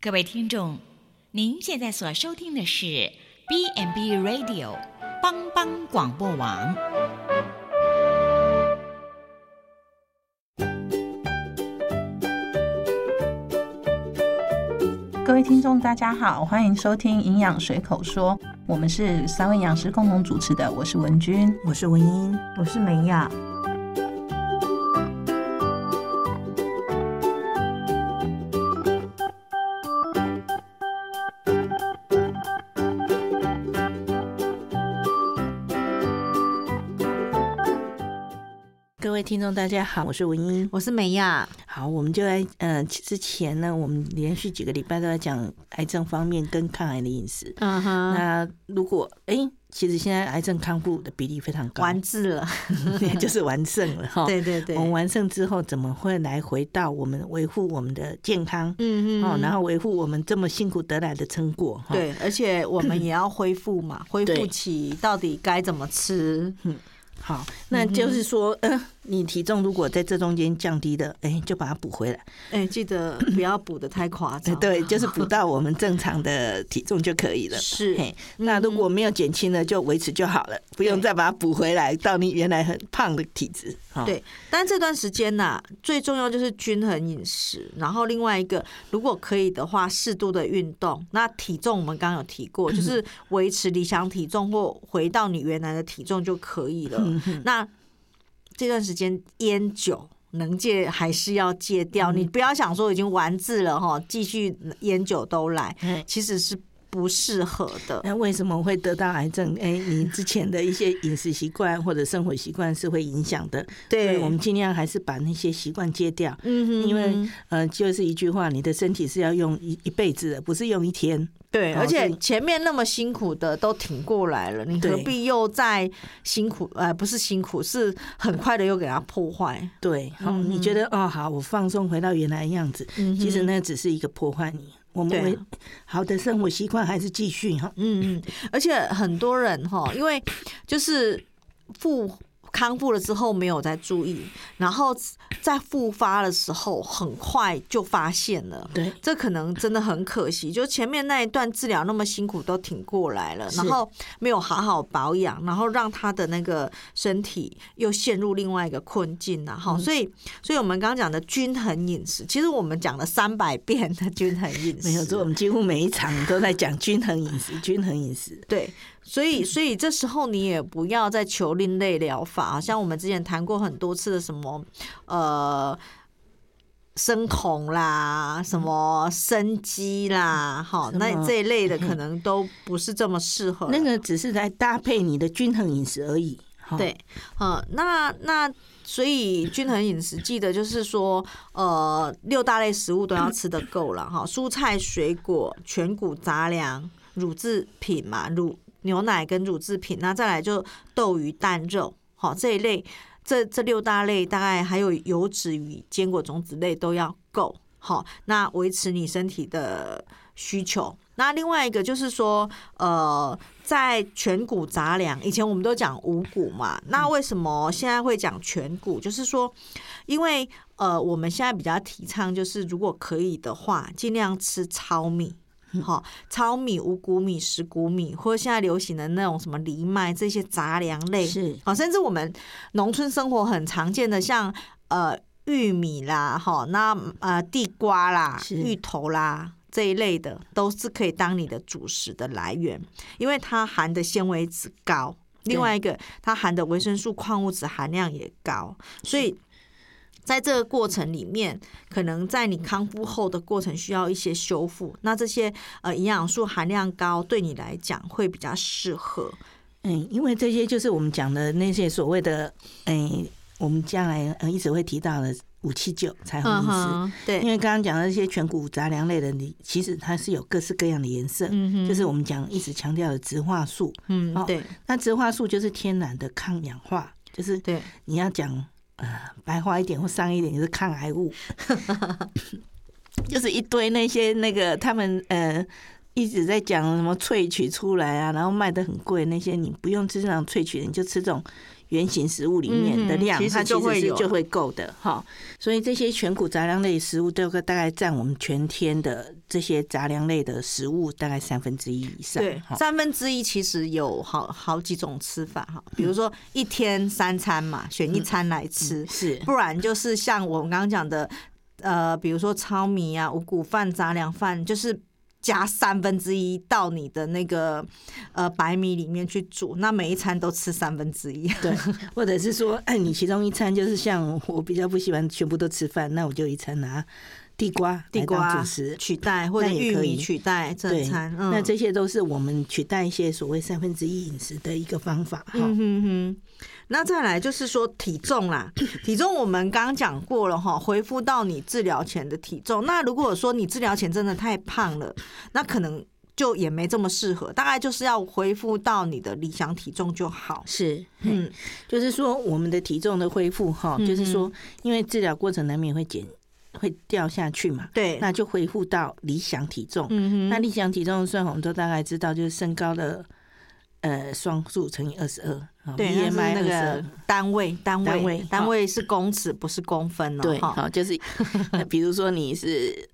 各位听众，您现在所收听的是 B&B Radio 帮帮广播网。 各位听众大家好，欢迎收听营养随口说，我们是3位营养师共同主持的，我是文君， 我是文英， 我是美雅。 各位听众大家好，我是文英， 我是美雅。 好，我们就来之前呢，我们连续几个礼拜都在讲癌症方面跟抗癌的饮食。那如果其实现在癌症康复的比例非常高， 完治了就是完胜了哈。 对对对， 我们完胜之后怎么会来回到我们维护我们的健康，然后维护我们这么辛苦得来的成果。 对，而且我们也要恢复嘛，恢复期到底该怎么吃？ 好，那就是说，你体重如果在这中间降低的，就把它补回来。 记得不要补得太夸张。 对，就是补到我们正常的体重就可以了。 是， 那如果没有减轻了，就维持就好了，不用再把它补回来到你原来很胖的体质。 对，但这段时间呢，最重要就是均衡饮食，然后另外一个，如果可以的话，适度的运动。那体重我们刚刚有提过，就是维持理想体重或回到你原来的体重就可以了。那这段时间烟酒能戒还是要戒掉，你不要想说已经完治了哈，继续烟酒都来，其实是不适合的。 那为什么会得到癌症？你之前的一些饮食习惯或者生活习惯是会影响的。对，所以我们尽量还是把那些习惯戒掉。因为就是一句话，你的身体是要用一辈子的，不是用一天。 对，而且前面那么辛苦的都挺过来了，你何必又再辛苦？不是辛苦，是很快的又给它破坏。 对，你觉得好，我放松回到原来的样子，其实那只是一个破坏你。我们好的生活习惯还是继续哈。 而且很多人因为就是康复了之后没有再注意，然后在复发的时候很快就发现了。对，这可能真的很可惜，就前面那一段治疗那么辛苦都挺过来了，然后没有好好保养，然后让他的那个身体又陷入另外一个困境了。所以我们刚刚讲的均衡饮食，其实我们讲了300遍的均衡饮食， 没有错，我们几乎每一场都在讲均衡饮食，均衡饮食。 对。所以这时候你也不要再求另类疗法，像我们之前谈过很多次的什么生酮啦，什么生鸡啦，那这一类的可能都不是这么适合。 那个只是来搭配你的均衡饮食而已。 对，那所以均衡饮食记得就是说，6大类食物都要吃得够了哈，蔬菜、水果、全谷杂粮、乳制品嘛，牛奶跟乳制品，那再来就豆鱼蛋肉，这一类，这6大类大概还有油脂与坚果种子类都要够，那维持你身体的需求。那另外一个就是说，在全谷杂粮，以前我们都讲五谷嘛，那为什么现在会讲全谷？就是说，因为我们现在比较提倡，就是如果可以的话，尽量吃糙米。糙米、五谷米、十谷米，或者现在流行的那种什么藜麦这些杂粮类，甚至我们农村生活很常见的，像玉米啦，那地瓜啦、芋头啦这一类的，都是可以当你的主食的来源，因为它含的纤维质高，另外一个它含的维生素、矿物质含量也高，所以在这个过程里面，可能在你康复后的过程需要一些修复，那这些营养素含量高，对你来讲会比较适合。 因为这些就是我们讲的那些所谓的我们将来一直会提到的579彩虹饮食。对，因为刚刚讲的这些全谷杂粮类的，其实它是有各式各样的颜色，就是我们一直强调的植化素。对，那植化素就是天然的抗氧化，就是你要讲白话一点或商业一点，就是抗癌物。就是一堆那些他们一直在讲什么萃取出来啊，然后卖得很贵，那些你不用吃这种萃取的，你就吃这种原型食物里面的量，它其实是就会够的哈。所以这些全谷杂粮类食物都大概占我们全天的这些杂粮类的食物大概1/3以上。 对，1/3其实有好几种吃法哈，比如说1天3餐嘛，选1餐来吃， 是， 不然就是像我们刚刚讲的，比如说糙米啊、五谷饭、杂粮饭，就是加1/3到你的那个白米里面去煮，那每一餐都吃1/3。 对，或者是说，你其中一餐就是像我比较不喜欢全部都吃饭，那我就一餐拿地瓜主食取代，或者玉米取代正餐。 那这些都是我们取代一些所谓1/3饮食的一个方法。 那再来就是说体重啦，体重我们刚刚讲过了哈，恢复到你治疗前的体重。那如果说你治疗前真的太胖了，那可能就也没这么适合，大概就是要恢复到你的理想体重就好。 是，就是说我们的体重的恢复哈，就是说因为治疗过程难免会掉下去嘛， 对， 那就恢复到理想体重。那理想体重算我们都大概知道，就是身高的双数乘以22。 对，那是那个单位是公尺，不是公分哦。 对，好，就是比如说你是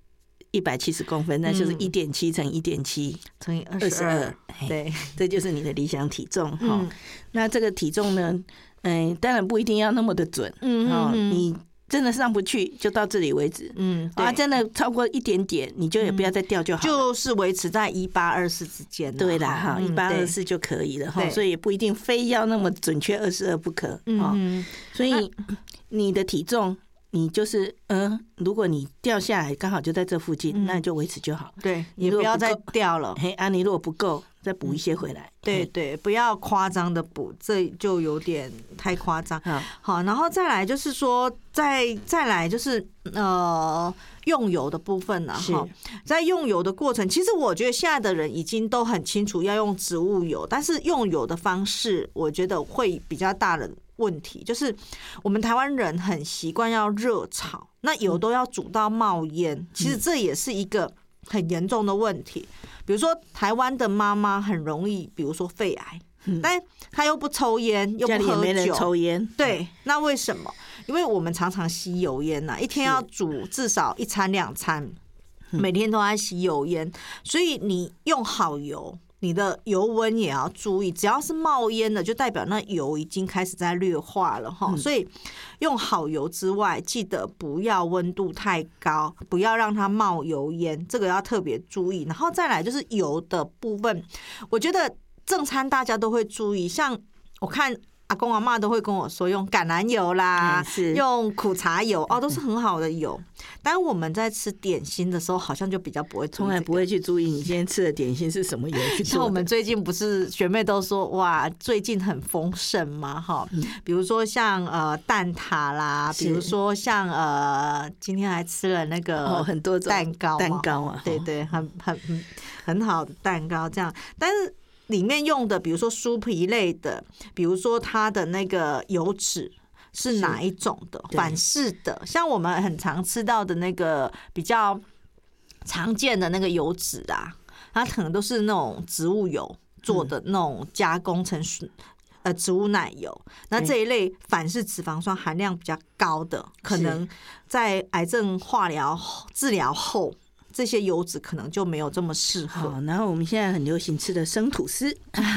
170公分，那就是 1.7 乘 1.7 乘以22。 对， 这就是你的理想体重。那这个体重呢，当然不一定要那么的准。你真的上不去就到这里为止。真的超过一点点，你就也不要再掉就好了， 就是维持在18-24之间。 对啦，哈，18-24就可以了哈，所以也不一定非要那么准确22不可。所以你的体重，你就是如果你掉下来刚好就在这附近，那你就维持就好。 对，也不要再掉了。 你如果不够，再补一些回来。 对，不要夸张的补，这就有点太夸张。好，然后再来就是说，再来就是用油的部分了哈。在用油的过程，其实我觉得现在的人已经都很清楚要用植物油，但是用油的方式，我觉得会比较大的问题，就是我们台湾人很习惯要热炒，那油都要煮到冒烟，其实这也是一个很严重的问题。比如说台湾的妈妈很容易，比如说肺癌，但她又不抽烟，又不喝酒， 家里也没人抽烟。 对，那为什么？因为我们常常吸油烟呐，一天要煮至少1餐2餐，每天都在吸油烟，所以你用好油，你的油温也要注意，只要是冒烟的，就代表那油已经开始在劣化了哈。所以用好油之外，记得不要温度太高，不要让它冒油烟，这个要特别注意。然后再来就是油的部分，我觉得正餐大家都会注意，像我看阿公阿嬷都会跟我说用橄榄油啦，用苦茶油都是很好的油。但我们在吃点心的时候，好像就比较不会注意， 从来不会去注意你今天吃的点心是什么油去做的。 像我们最近不是学妹都说哇，最近很丰盛嘛哈，比如说像蛋挞啦，比如说像今天还吃了那个很多种蛋糕啊， 对，很好的蛋糕这样，但是里面用的，比如说酥皮类的，比如说它的那个油脂是哪一种的？反式的，像我们很常吃到的那个比较常见的那个油脂啊，它可能都是那种植物油做的那种加工成植物奶油。那这一类反式脂肪酸含量比较高的，可能在癌症化疗治疗后，这些油脂可能就没有这么适合。 然后我们现在很流行吃的生吐司，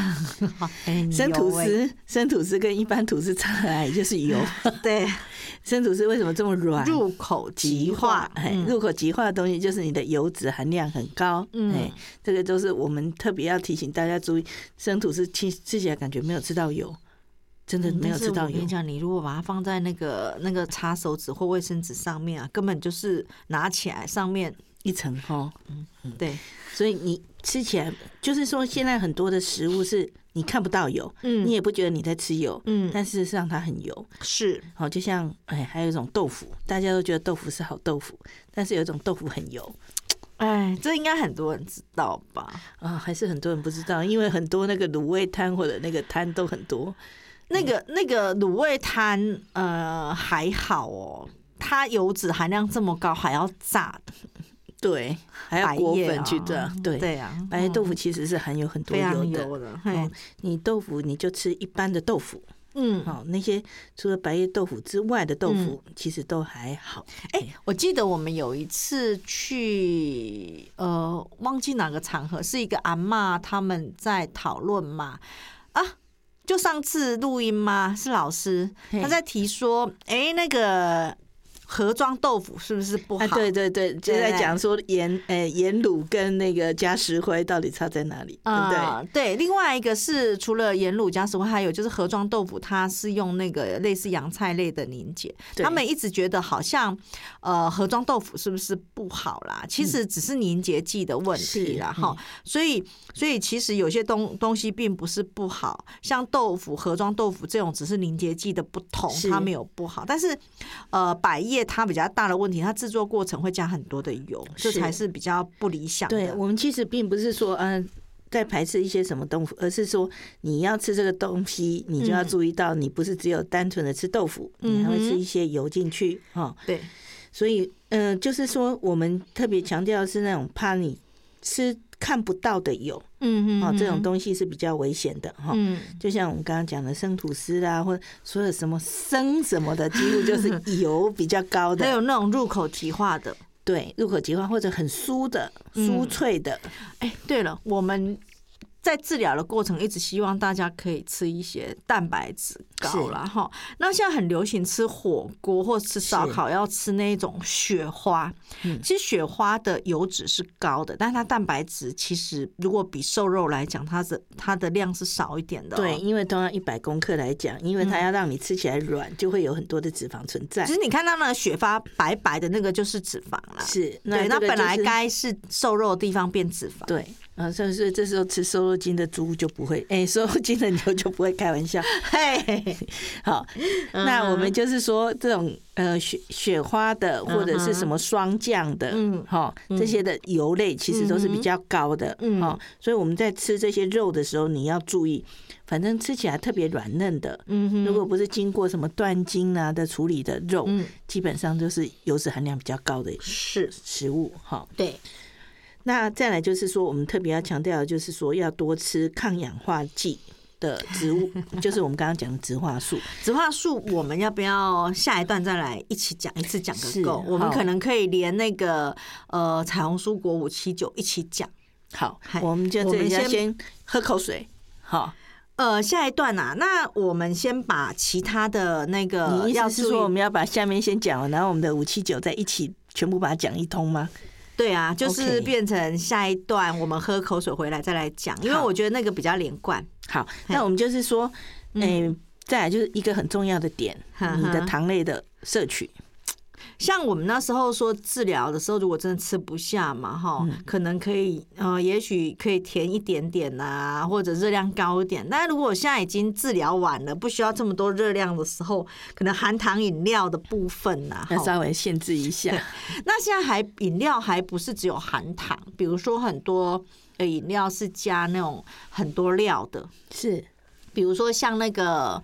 生吐司跟一般吐司差来就是油。 对， 生吐司为什么这么软？ 入口即化。 入口即化的东西就是你的油脂含量很高。这个都是我们特别要提醒大家注意，生吐司吃起来感觉没有吃到油。真的没有吃到油。我跟你讲，你如果把它放在那个擦手纸或卫生纸上面啊，根本就是拿起来上面一层哈。 对， 所以你吃起来就是说，现在很多的食物是你看不到油，你也不觉得你在吃油，但事实上它很油。 是， 好，就像还有一种豆腐，大家都觉得豆腐是好豆腐，但是有一种豆腐很油。 这应该很多人知道吧？ 还是很多人不知道，因为很多那个卤味摊或者那个摊都很多。 那个卤味摊还好哦，它油脂含量这么高，还要炸的。 对，还要裹粉去炸。 对啊， 白叶豆腐其实是含有很多油的。 非常油的。 你豆腐你就吃一般的豆腐， 那些除了白叶豆腐之外的豆腐，其实都还好。 我记得我们有一次去忘记哪个场合，是一个阿嬷他们在讨论嘛，就上次录音吗？是老师他在提说，那个盒装豆腐是不是不好？ 对对对，就在讲说盐卤跟那个加石灰到底差在哪里，对不对？ 对，另外一个是除了盐卤加石灰，还有就是盒装豆腐，它是用那个类似洋菜类的凝结。他们一直觉得好像盒装豆腐是不是不好啦？其实只是凝结剂的问题啦，所以其实有些东西并不是不好，像豆腐盒装豆腐这种只是凝结剂的不同，它没有不好。但是百叶它比较大的问题，它制作过程会加很多的油，这才是比较不理想的。 对，我们其实并不是说在排斥一些什么豆腐，而是说你要吃这个东西，你就要注意到，你不是只有单纯的吃豆腐，你还会吃一些油进去对， 所以就是说我们特别强调的是那种怕你吃看不到的油，这种东西是比较危险的哈。就像我们刚刚讲的生吐司啦，或者所有什么生什么的，几乎就是油比较高的， 还有那种入口即化的， 对，入口即化或者很酥的、酥脆的。 对了，我们在治疗的过程一直希望大家可以吃一些蛋白质高啦哈。那现在很流行吃火锅或吃烧烤要吃那种雪花，其实雪花的油脂是高的，但是它蛋白质其实如果比瘦肉来讲，它的量是少一点的。 对，因为同样100公克来讲，因为它要让你吃起来软，就会有很多的脂肪存在。 其实你看到那个雪花白白的那个就是脂肪啦。 是， 对，那本来该是瘦肉的地方变脂肪。 对。所以这时候吃瘦肉精的猪就不会，瘦肉精的牛就不会开玩笑。好，那我们就是说这种雪花的或者是什么霜降的，这些的油类其实都是比较高的，所以我们在吃这些肉的时候，你要注意，反正吃起来特别软嫩的，如果不是经过什么断筋啊的处理的肉，基本上就是油脂含量比较高的食物， 对。 那再来就是说，我们特别要强调的就是说，要多吃抗氧化剂的植物，就是我们刚刚讲的植化素。 植化素，我们要不要下一段再来一起讲一次讲个够？我们可能可以连那个彩虹蔬果579一起讲。 好，我们就这里要先喝口水。好。 下一段啊，那我们先把其他的那个， 你意思是说我们要把下面先讲完，然后我们的579再一起全部把它讲一通吗？ 对啊，就是变成下一段我们喝口水回来再来讲，因为我觉得那个比较连贯。 好，那我们就是说，再来就是一个很重要的点，你的糖类的摄取。 像我们那时候说治疗的时候，如果真的吃不下嘛，可能可以也许可以甜一点点啊，或者热量高一点。但如果现在已经治疗完了，不需要这么多热量的时候，可能含糖饮料的部分啊， 要稍微限制一下。 那现在饮料还不是只有含糖，比如说很多饮料是加那种很多料的， 是， 比如说像那个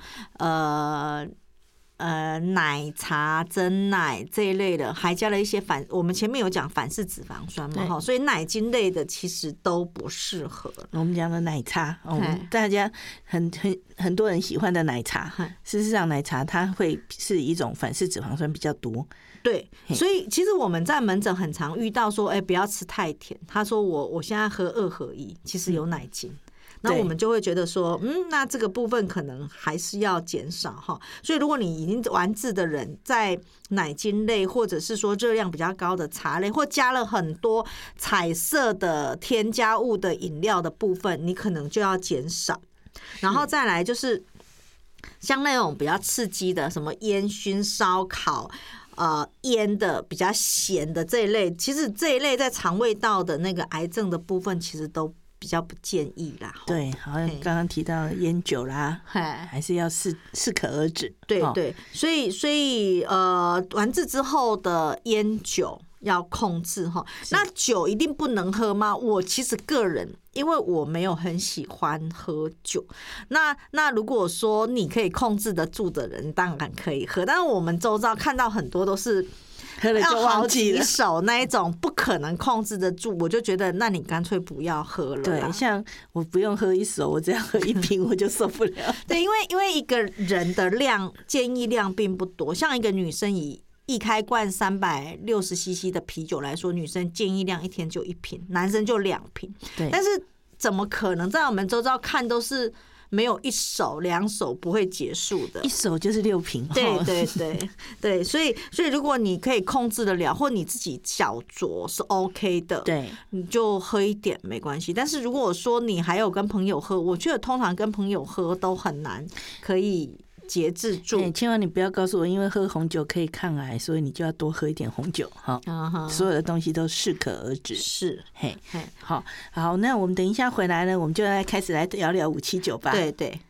奶茶、珍奶这一类的，还加了一些我们前面有讲反式脂肪酸嘛，所以奶精类的其实都不适合。 我们讲的奶茶，大家很多人喜欢的奶茶，事实上奶茶它会是一种反式脂肪酸比较多。 对，所以其实我们在门诊很常遇到说，不要吃太甜。他说我现在喝2合1，其实有奶精。那我们就会觉得说，那这个部分可能还是要减少哈。所以如果你已经完治的人，在奶精类或者是说热量比较高的茶类，或加了很多彩色的添加物的饮料的部分，你可能就要减少。然后再来就是像那种比较刺激的，什么烟熏烧烤。腌的比较咸的这一类，其实这一类在肠胃道的那个癌症的部分，其实都比较不建议啦。 对，好像刚刚提到烟酒啦，还是要适可而止。 对对，所以完治之后的烟酒要控制哈。那酒一定不能喝吗？我其实个人，因为我没有很喜欢喝酒。那如果说你可以控制得住的人，当然可以喝。但是我们周遭看到很多都是喝了就忘记了， 要好几手那一种不可能控制得住，我就觉得那你干脆不要喝了。 对，像我不用喝一手，我只要喝一瓶我就受不了。 对，因为一个人的量建议量并不多，像一个女生以一开罐360cc 的啤酒来说，女生建议量一天就1瓶，男生就2瓶。 对， 但是怎么可能在我们周遭看都是没有1手2手不会结束的， 一手就是6瓶。 对对对对，所以如果你可以控制得了，或你自己小酌是 OK 的， 对， 你就喝一点没关系。但是如果说你还有跟朋友喝，我觉得通常跟朋友喝都很难可以节制住。 千万你不要告诉我，因为喝红酒可以抗癌，所以你就要多喝一点红酒哈。所有的东西都适可而止。 是， 嘿，好，那我们等一下回来呢，我们就来开始来聊聊579吧。 对对。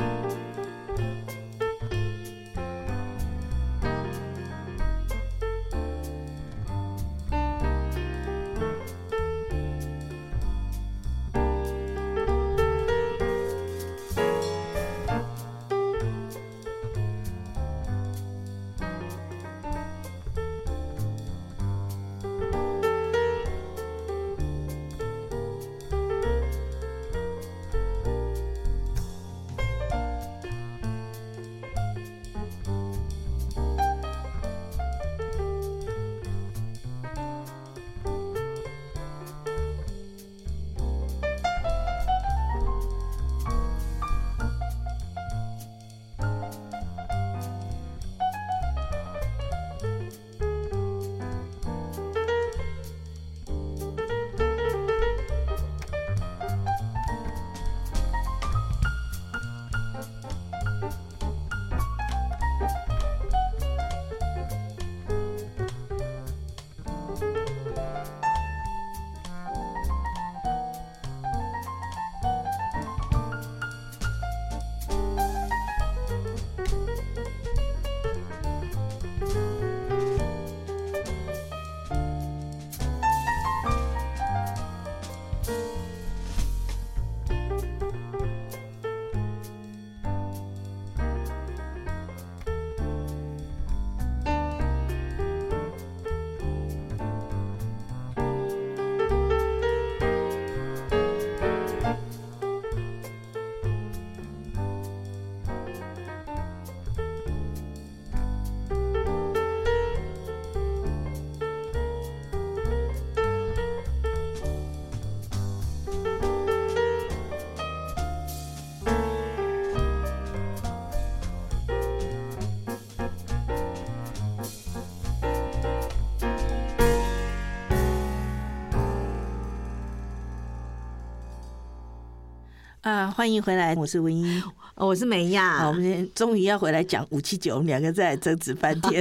欢迎回来，我是文音， 我是美雅。 好，我们终于要回来讲579，我们2个再来争执半天。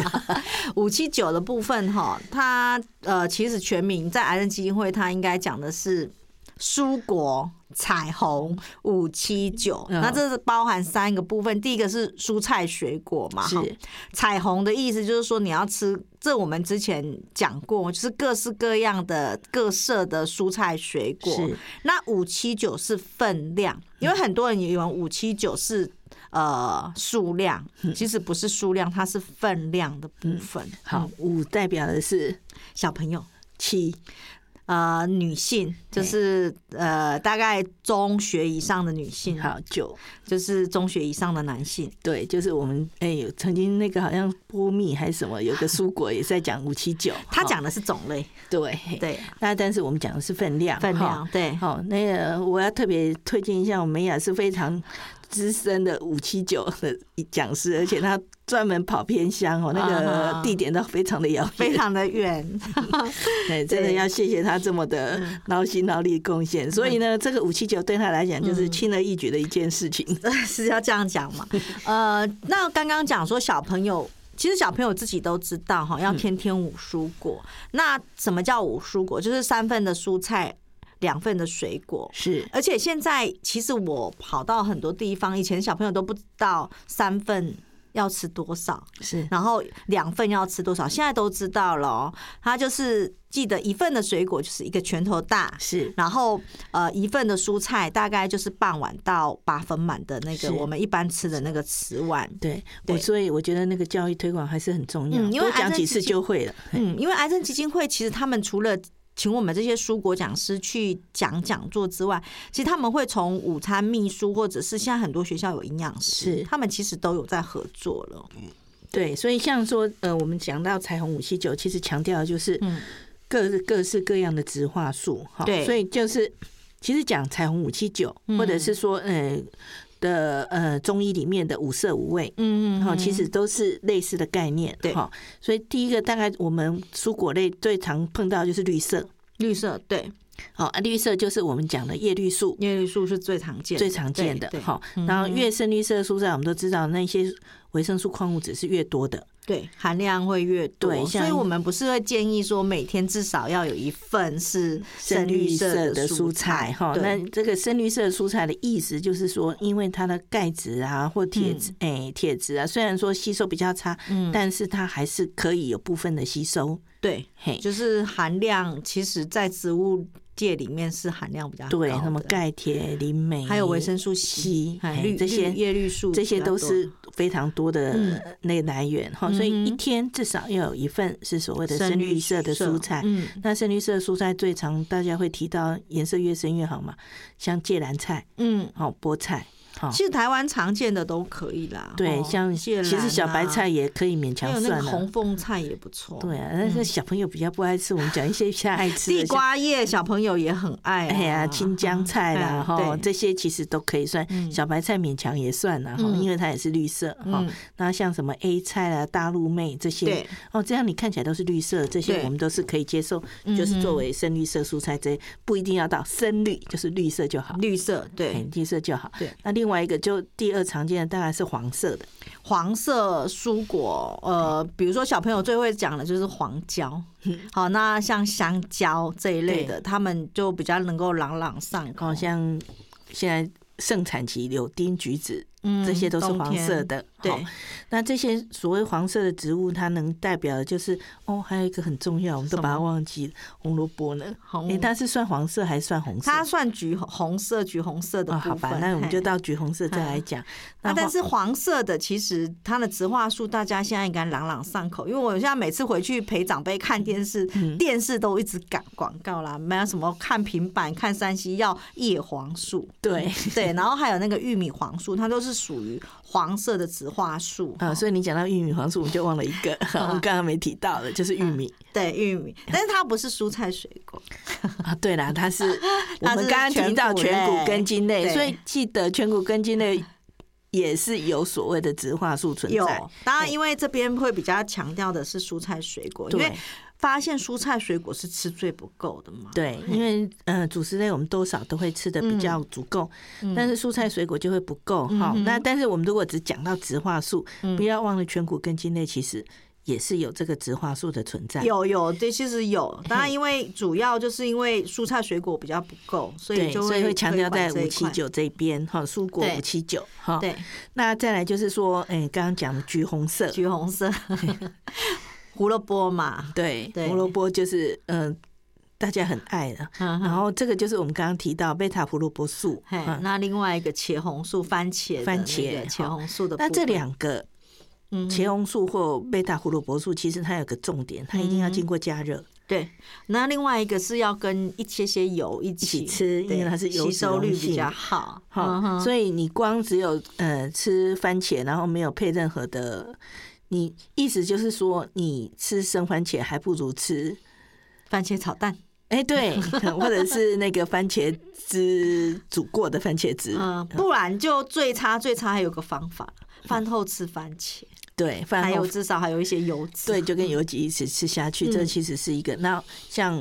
579的部分哈，它其实全名在癌症基金会，它应该讲的是蔬果彩虹579，那这是包含3个部分。第一个是蔬菜水果嘛， 是彩虹的意思就是说你要吃，这我们之前讲过，就是各式各样的各色的蔬菜水果。那579是分量，因为很多人以为579是数量，其实不是数量，它是分量的部分。 好，5代表的是小朋友 ，7 女性就是大概中学以上的女性， 好，9 就是中学以上的男性。 对，就是我们有曾经那个好像波蜜还是什么，有个蔬果也是在讲579， 他讲的是种类， 对对。 那但是我们讲的是分量， 对。 好，那个我要特别推荐一下，我们美雅是非常资深的579的讲师，而且他专门跑偏乡那个地点都非常的遥远， 非常的远。 对，真的要谢谢他这么的劳心劳力贡献。所以呢，这个579对他来讲就是轻而易举的一件事情， 是要这样讲嘛？那刚刚讲说小朋友。其实小朋友自己都知道要天天5蔬果。那什么叫5蔬果？就是3份的蔬菜，2份的水果。 是， 而且现在其实我跑到很多地方，以前小朋友都不知道3份要吃多少， 是， 然后2份要吃多少，现在都知道了哦。它就是记得1份的水果就是1个拳头大， 是， 然后1份的蔬菜大概就是半碗到8分满的那个我们一般吃的那个瓷碗。 对，所以我觉得那个教育推广还是很重要， 因为多讲几次就会了。 因为癌症基金会其实他们除了请我们这些蔬果讲师去讲座之外，其实他们会从午餐秘书，或者是现在很多学校有营养师，他们其实都有在合作了。 对，所以像说我们讲到彩虹579，其实强调的就是各式各样的植化素， 对， 所以就是其实讲彩虹579，或者是说中医里面的5色5味，其实都是类似的概念，对。所以第一个大概我们蔬果类最常碰到就是绿色， 对。 绿色就是我们讲的叶绿素， 叶绿素是最常见的， 好。然后越深绿色的蔬菜，我们都知道那些维生素、矿物质是越多的， 对，含量会越多。对，所以我们不是会建议说每天至少要有1份是深绿色的蔬菜哈。 那这个深绿色的蔬菜的意思就是说，因为它的钙质啊或铁质啊，虽然说吸收比较差，但是它还是可以有部分的吸收。 对，就是含量，其实在植物界里面是含量比较高的， 对，什么钙、铁、磷、镁， 还有维生素 C， 这些叶绿素， 这些都是非常多的那个来源哈。所以一天至少要有1份是所谓的深绿色的蔬菜。那深绿色的蔬菜最常大家会提到，颜色越深越好嘛，像芥蓝菜，菠菜。 其实台湾常见的都可以啦， 对，像其实小白菜也可以勉强算了， 还有那个红凤菜也不错。 对啊，但是小朋友比较不爱吃，我们讲一些现在爱吃的地瓜叶，小朋友也很爱。 哎呀，青江菜啦，哈，这些其实都可以算。小白菜勉强也算啦，哈，因为它也是绿色哈。那像什么 A 菜啦、大陆妹这些，这样你看起来都是绿色，这些我们都是可以接受，就是作为深绿色蔬菜，这不一定要到深绿，就是绿色就好。 绿色，对， 绿色就好。对，那另外一个就第二常见的大概是黄色的， 黄色蔬果，比如说小朋友最会讲的就是黄椒，好，那像香蕉这一类的，他们就比较能够朗朗上口， 像现在盛产期柳丁、橘子。这些都是黄色的，对。那这些所谓黄色的植物，它能代表的就是还有一个很重要，我们都把它忘记了，红萝卜呢？它是算黄色还是算红色？ 它算橘红色的部分。 好吧，那我们就到橘红色再来讲。 但是黄色的其实它的植化素，大家现在应该朗朗上口，因为我现在每次回去陪长辈看电视，电视都一直赶广告啦，没有什么看平板看3C要叶黄素，对，然后还有那个玉米黄素，它都是属于黄色的植化素所以你讲到玉米黄素，我们就忘了一个，我们刚刚没提到的，就是玉米。 对，玉米，但是它不是蔬菜水果对啦，它是我们刚刚提到全谷根茎类，所以记得全谷根茎类也是有所谓的植化素存在。 当然，因为这边会比较强调的是蔬菜水果，因为发现蔬菜水果是吃最不够的嘛。 对，因为主食类我们多少都会吃的比较足够，但是蔬菜水果就会不够哈。那但是我们如果只讲到植化素，不要忘了全谷根茎类其实也是有这个植化素的存在。 有，对，其实有。当然，因为主要就是因为蔬菜水果比较不够，所以会强调在579这边哈，蔬果579哈。对，那再来就是说，刚刚讲的橘红色， 胡萝卜嘛， 对，胡萝卜就是大家很爱的。然后这个就是我们刚刚提到贝塔胡萝卜素。 那另外一个茄红素，番茄茄红素的部分。 那这两个茄红素或贝塔胡萝卜素，其实它有个重点，它一定要经过加热。 对，那另外一个是要跟一些油一起吃，因为它是油吸收率比较好。 所以你光只有吃番茄，然后没有配任何的。你意思就是说，你吃生番茄还不如吃番茄炒蛋， 对，或者是那个番茄汁煮过的番茄汁， 不然就最差还有个方法，饭后吃番茄， 对，饭后还有至少还有一些油脂， 对，就跟油脂一起吃下去，这其实是一个。那像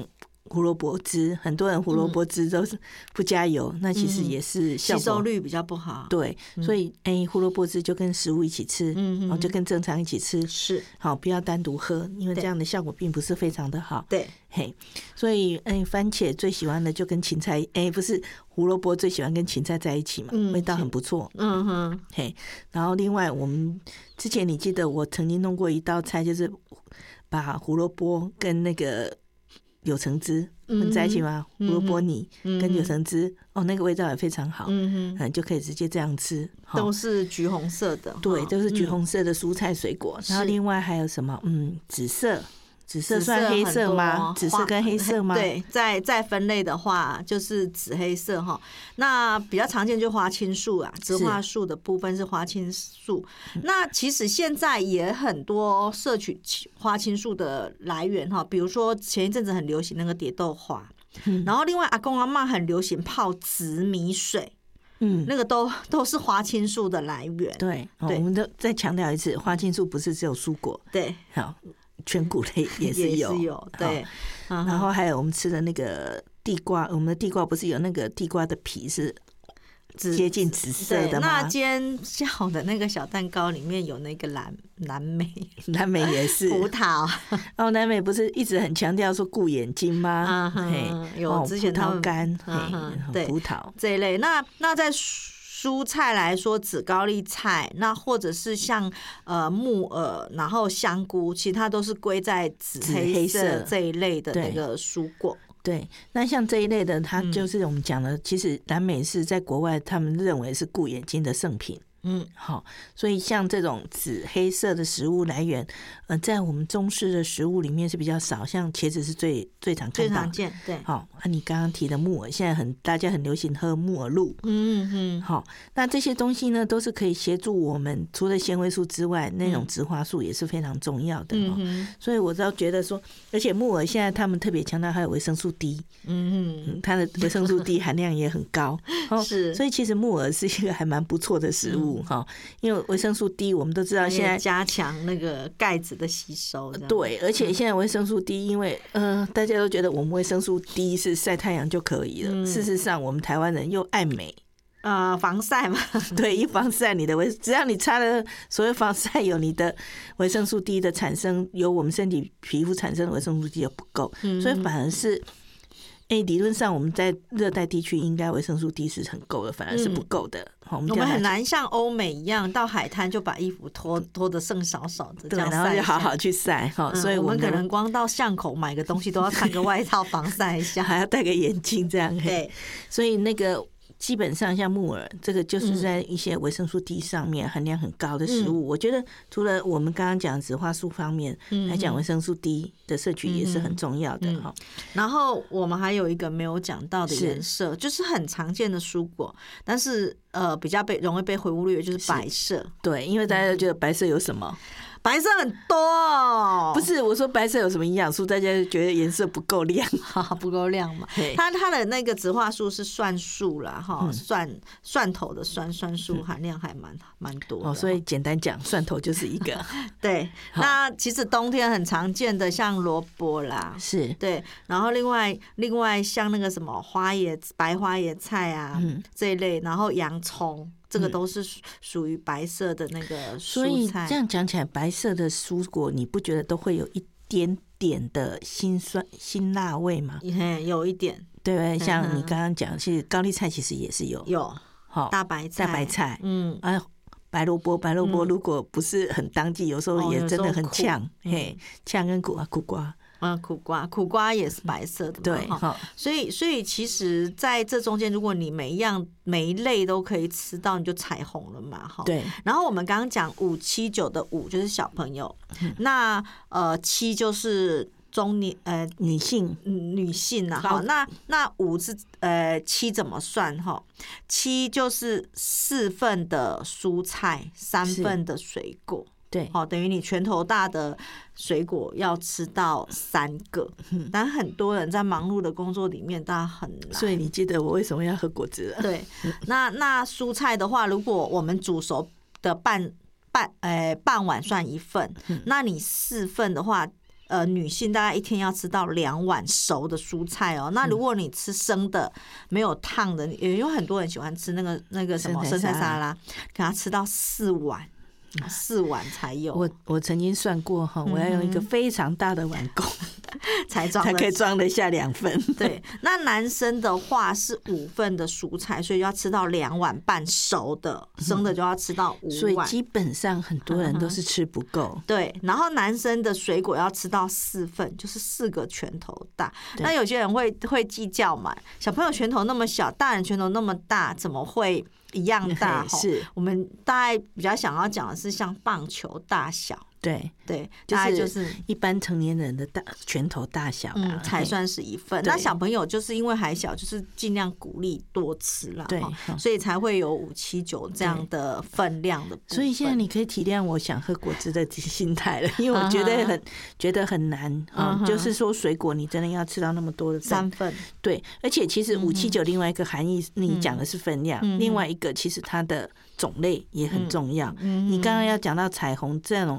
胡萝卜汁，很多人胡萝卜汁都是不加油，那其实也是吸收率比较不好。 对，所以胡萝卜汁就跟食物一起吃，就跟正常一起吃， 是好，不要单独喝，因为这样的效果并不是非常的好。 对， 嘿，所以番茄最喜欢的就跟芹菜，不是胡萝卜最喜欢跟芹菜在一起嘛，味道很不错。嘿，然后另外我们之前你记得我曾经弄过一道菜，就是把胡萝卜跟那个柳橙汁混在一起吗？胡萝卜泥跟柳橙汁，那个味道也非常好，就可以直接这样吃。 都是橘红色的， 对，都是橘红色的蔬菜水果。然后另外还有什么？紫色。紫色算黑色吗？紫色跟黑色吗？ 对，在分类的话就是紫黑色哈。那比较常见就花青素啊，植化素的部分是花青素。那其实现在也很多摄取花青素的来源哈，比如说前一阵子很流行那个蝶豆花，然后另外阿公阿嬷很流行泡紫米水。那个都是花青素的来源。 对，我们都再强调一次，花青素不是只有蔬果， 对， 好，全谷类也是有， 对。 然后还有我们吃的那个地瓜，我们的地瓜不是有那个地瓜的皮是接近紫色的吗？ 那煎下好的那个小蛋糕里面有那个蓝莓， 蓝莓也是葡萄。 蓝莓不是一直很强调说顾眼睛吗？ 有之前葡萄干， 对， 葡萄这一类。那在蔬菜来说，紫高丽菜，那或者是像木耳，然后香菇，其实它都是归在紫黑色这一类的那个蔬果。 对，那像这一类的，它就是我们讲的，其实蓝莓是在国外他们认为是顾眼睛的圣品。好，所以像这种紫黑色的食物来源，在我们中式的食物里面是比较少，像茄子是最常看到， 最常见。对， 好，你刚刚提的木耳，现在大家很流行喝木耳露。好，那这些东西呢，都是可以协助我们，除了纤维素之外，那种植化素也是非常重要的。所以我倒觉得说，而且木耳现在他们特别强调还有维生素 D，它的维生素 D 含量也很高。 是， 所以其实木耳是一个还蛮不错的食物。因为维生素 D 我们都知道现在加强那个钙质的吸收。 对，而且现在维生素 D 因为大家都觉得我们维生素 D 是晒太阳就可以了，事实上我们台湾人又爱美， 防晒嘛。 对，一防晒你的只要你擦了所谓防晒有你的维生素 D 的产生，有我们身体皮肤产生的维生素 D 又不够，所以反而是理论上我们在热带地区应该维生素 D 是很够的，反而是不够的。 我们很难像欧美一样到海滩就把衣服脱得剩少少的， 对，然后就好好去晒。所以我们可能光到巷口买个东西都要穿个外套防晒一下， 还要戴个眼镜这样。 对， 所以那个基本上像木耳这个就是在一些维生素 D 上面含量很高的食物。我觉得除了我们刚刚讲植化素方面来讲，维生素 D 的摄取也是很重要的。 然后我们还有一个没有讲到的颜色，就是很常见的蔬果，但是比较容易被忽略，就是白色。 对，因为大家都觉得白色有什么？ 白色很多， 不是我说白色有什么营养素，大家就觉得颜色不够亮， 不够亮嘛。它的那个植化素是蒜素啦，蒜头的蒜素含量还蛮多的。 所以简单讲，蒜头就是一个。 对，那其实冬天很常见的像萝卜啦， 是对， 然后另外像那个什么白花椰菜啊这一类，然后洋葱。这个都是属于白色的那个蔬菜。 所以这样讲起来，白色的蔬果你不觉得都会有一点点的辛辣味吗？ 有一点， 对不对？像你刚刚讲，其实高丽菜其实也是有大白菜， 白萝卜如果不是很当季，有时候也真的很呛，呛跟苦瓜。 苦瓜也是白色的嘛，对，所以其实在这中间，如果你每一类都可以吃到，你就彩虹了嘛， 对。 然后我们刚刚讲5、7、9的5就是小朋友，那7就是中年女性啊，好，那5是7怎么算哈？7就是4份的蔬菜，3份的水果。 对， 等于你拳头大的水果要吃到3个，但很多人在忙碌的工作里面，大家很难。 所以你记得我为什么要喝果汁了？ 对，那蔬菜的话，如果我们煮熟的半碗算1份，那你4份的话， 女性大概一天要吃到2碗熟的蔬菜哦。那如果你吃生的没有烫的，也有很多人喜欢吃那个什么生菜沙拉，给他吃到4碗才有。 我曾经算过哈，我要用一个非常大的碗公才可以装得下2份。 对，那男生的话是5份的蔬菜，所以要吃到2碗半熟的，生的就要吃到5碗。 所以基本上很多人都是吃不够。 对，然后男生的水果要吃到4份，就是4个拳头大。那有些人会计较嘛，小朋友拳头那么小，大人拳头那么大，怎么会一样大？ 是我们大概比较想要讲的是像棒球大小。 对， 大概就是一般成年人的拳头大小才算是1份。那小朋友就是因为还小，就是尽量鼓励多吃啦， 对， 所以才会有5、7、9这样的分量的部分。 所以现在你可以体谅我想喝果汁的心态了，因为我觉得很难就是说水果你真的要吃到那么多的 3份， 对，而且其实5、7、9另外一个含义，你讲的是分量，另外一个其实它的种类也很重要。你刚刚要讲到彩虹这种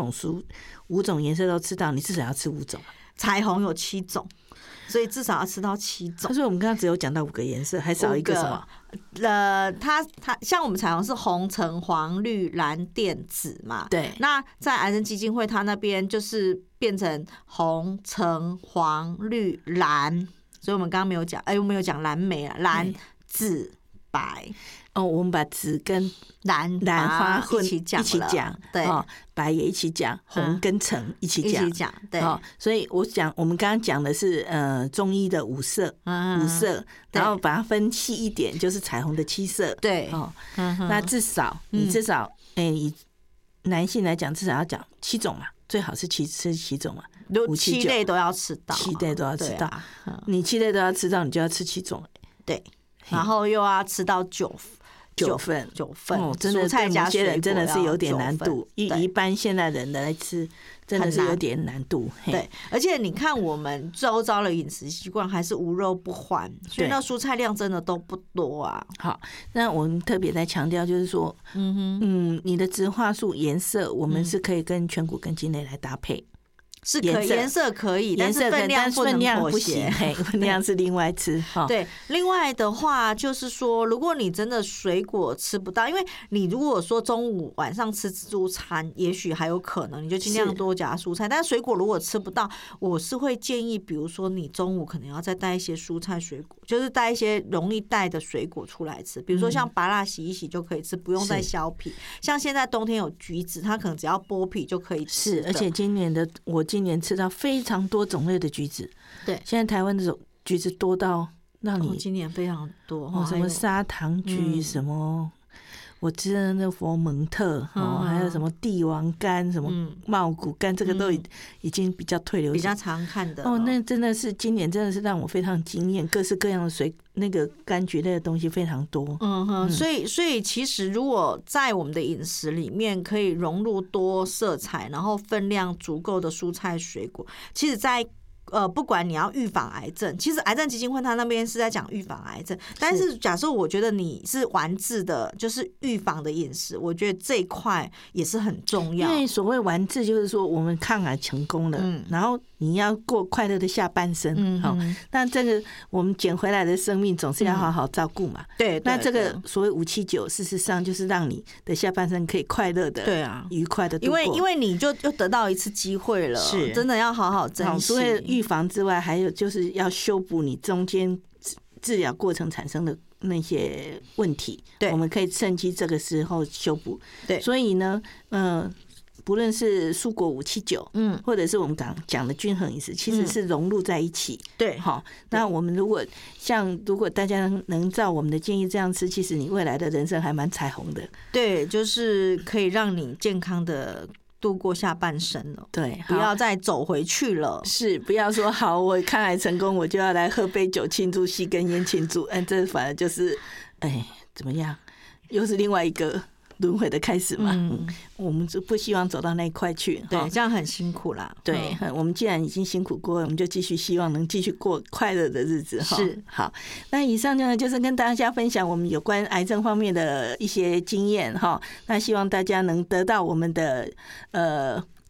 5种颜色都吃到，你至少要吃5种。 彩虹有7种，所以至少要吃到7种。 所以我们刚刚只有讲到5个颜色，还少一个什么？ 它像我们彩虹是红、橙、黄、绿、蓝、靛、紫嘛。 对。 那在癌症基金会，它那边就是变成红、橙、黄、绿、蓝。所以我们刚刚没有讲，我们有讲蓝莓啊，蓝、紫、白。 我们把紫跟蓝花混一起讲， 对， 白也一起讲，红跟橙一起讲， 对。 所以我们刚刚讲的是中医的5色，然后把它分细一点，就是彩虹的7色， 对。 那至少以男性来讲，至少要讲7种嘛，最好是吃7种嘛，5、7、9 7类都要吃到 ，7类都要吃到，你7类都要吃到，你就要吃7种， 对。然后又要吃到9份， 真的对某些人真的是有点难度。一般现在人来吃，真的是有点难度。 对，而且你看我们周遭的饮食习惯还是无肉不欢，所以那蔬菜量真的都不多啊。 好，那我们特别在强调，就是说，你的植化素颜色，我们是可以跟全谷根茎类来搭配。 是可以，颜色可以，但是分量不能妥协， 分量是另外吃。 对，另外的话就是说，如果你真的水果吃不到，因为你如果说中午晚上吃自助餐，也许还有可能，你就尽量多加蔬菜。但是水果如果吃不到，我是会建议，比如说你中午可能要再带一些蔬菜水果，就是带一些容易带的水果出来吃，比如说像芭乐洗一洗就可以吃，不用再削皮。像现在冬天有橘子，它可能只要剥皮就可以吃。 是，而且今年吃到非常多种类的橘子， 对， 现在台湾的橘子多到让你今年非常多什么砂糖橘，什么我吃的那佛蒙特还有什么帝王柑，什么茂谷柑，这个都已经比较退流行， 比较常看的那真的是今年真的是让我非常惊艳，各式各样的那个柑橘类的东西非常多。 所以其实如果在我们的饮食里面可以融入多色彩，然后分量足够的蔬菜水果，其实在不管你要预防癌症，其实癌症基金会它那边是在讲预防癌症，但是假设我觉得你是完治的，就是预防的饮食，我觉得这一块也是很重要。 因为所谓完治就是说我们抗癌成功了，然后你要过快乐的下半生。那这个我们捡回来的生命总是要好好照顾嘛。 对， 那这个所谓5、7、9，事实上就是让你的下半生可以快乐的， 对啊， 愉快的度过。 因为你就又得到一次机会了，是真的要好好珍惜。 所以预防之外，还有就是要修补你中间治疗过程产生的那些问题，对，我们可以趁机这个时候修补。 对， 所以呢，不论是蔬果5、7、9，或者是我们刚讲的均衡饮食，其实是融入在一起。 对， 好，那我们如果大家能照我们的建议这样吃，其实你未来的人生还蛮彩虹的。 对，就是可以让你健康的度过下半生了，对，不要再走回去了。 是，不要说好，我抗癌成功，我就要来喝杯酒庆祝，吸根烟庆祝，这反而就是，怎么样？又是另外一个轮回的开始嘛。我们就不希望走到那一块去， 对，这样很辛苦啦。 对，我们既然已经辛苦过，我们就继续希望能继续过快乐的日子。是，好，那以上呢就是跟大家分享我们有关癌症方面的一些经验哈。那希望大家能得到我们的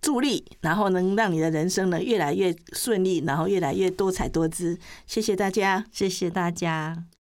助力，然后能让你的人生呢越来越顺利，然后越来越多彩多姿。谢谢大家， 谢谢大家。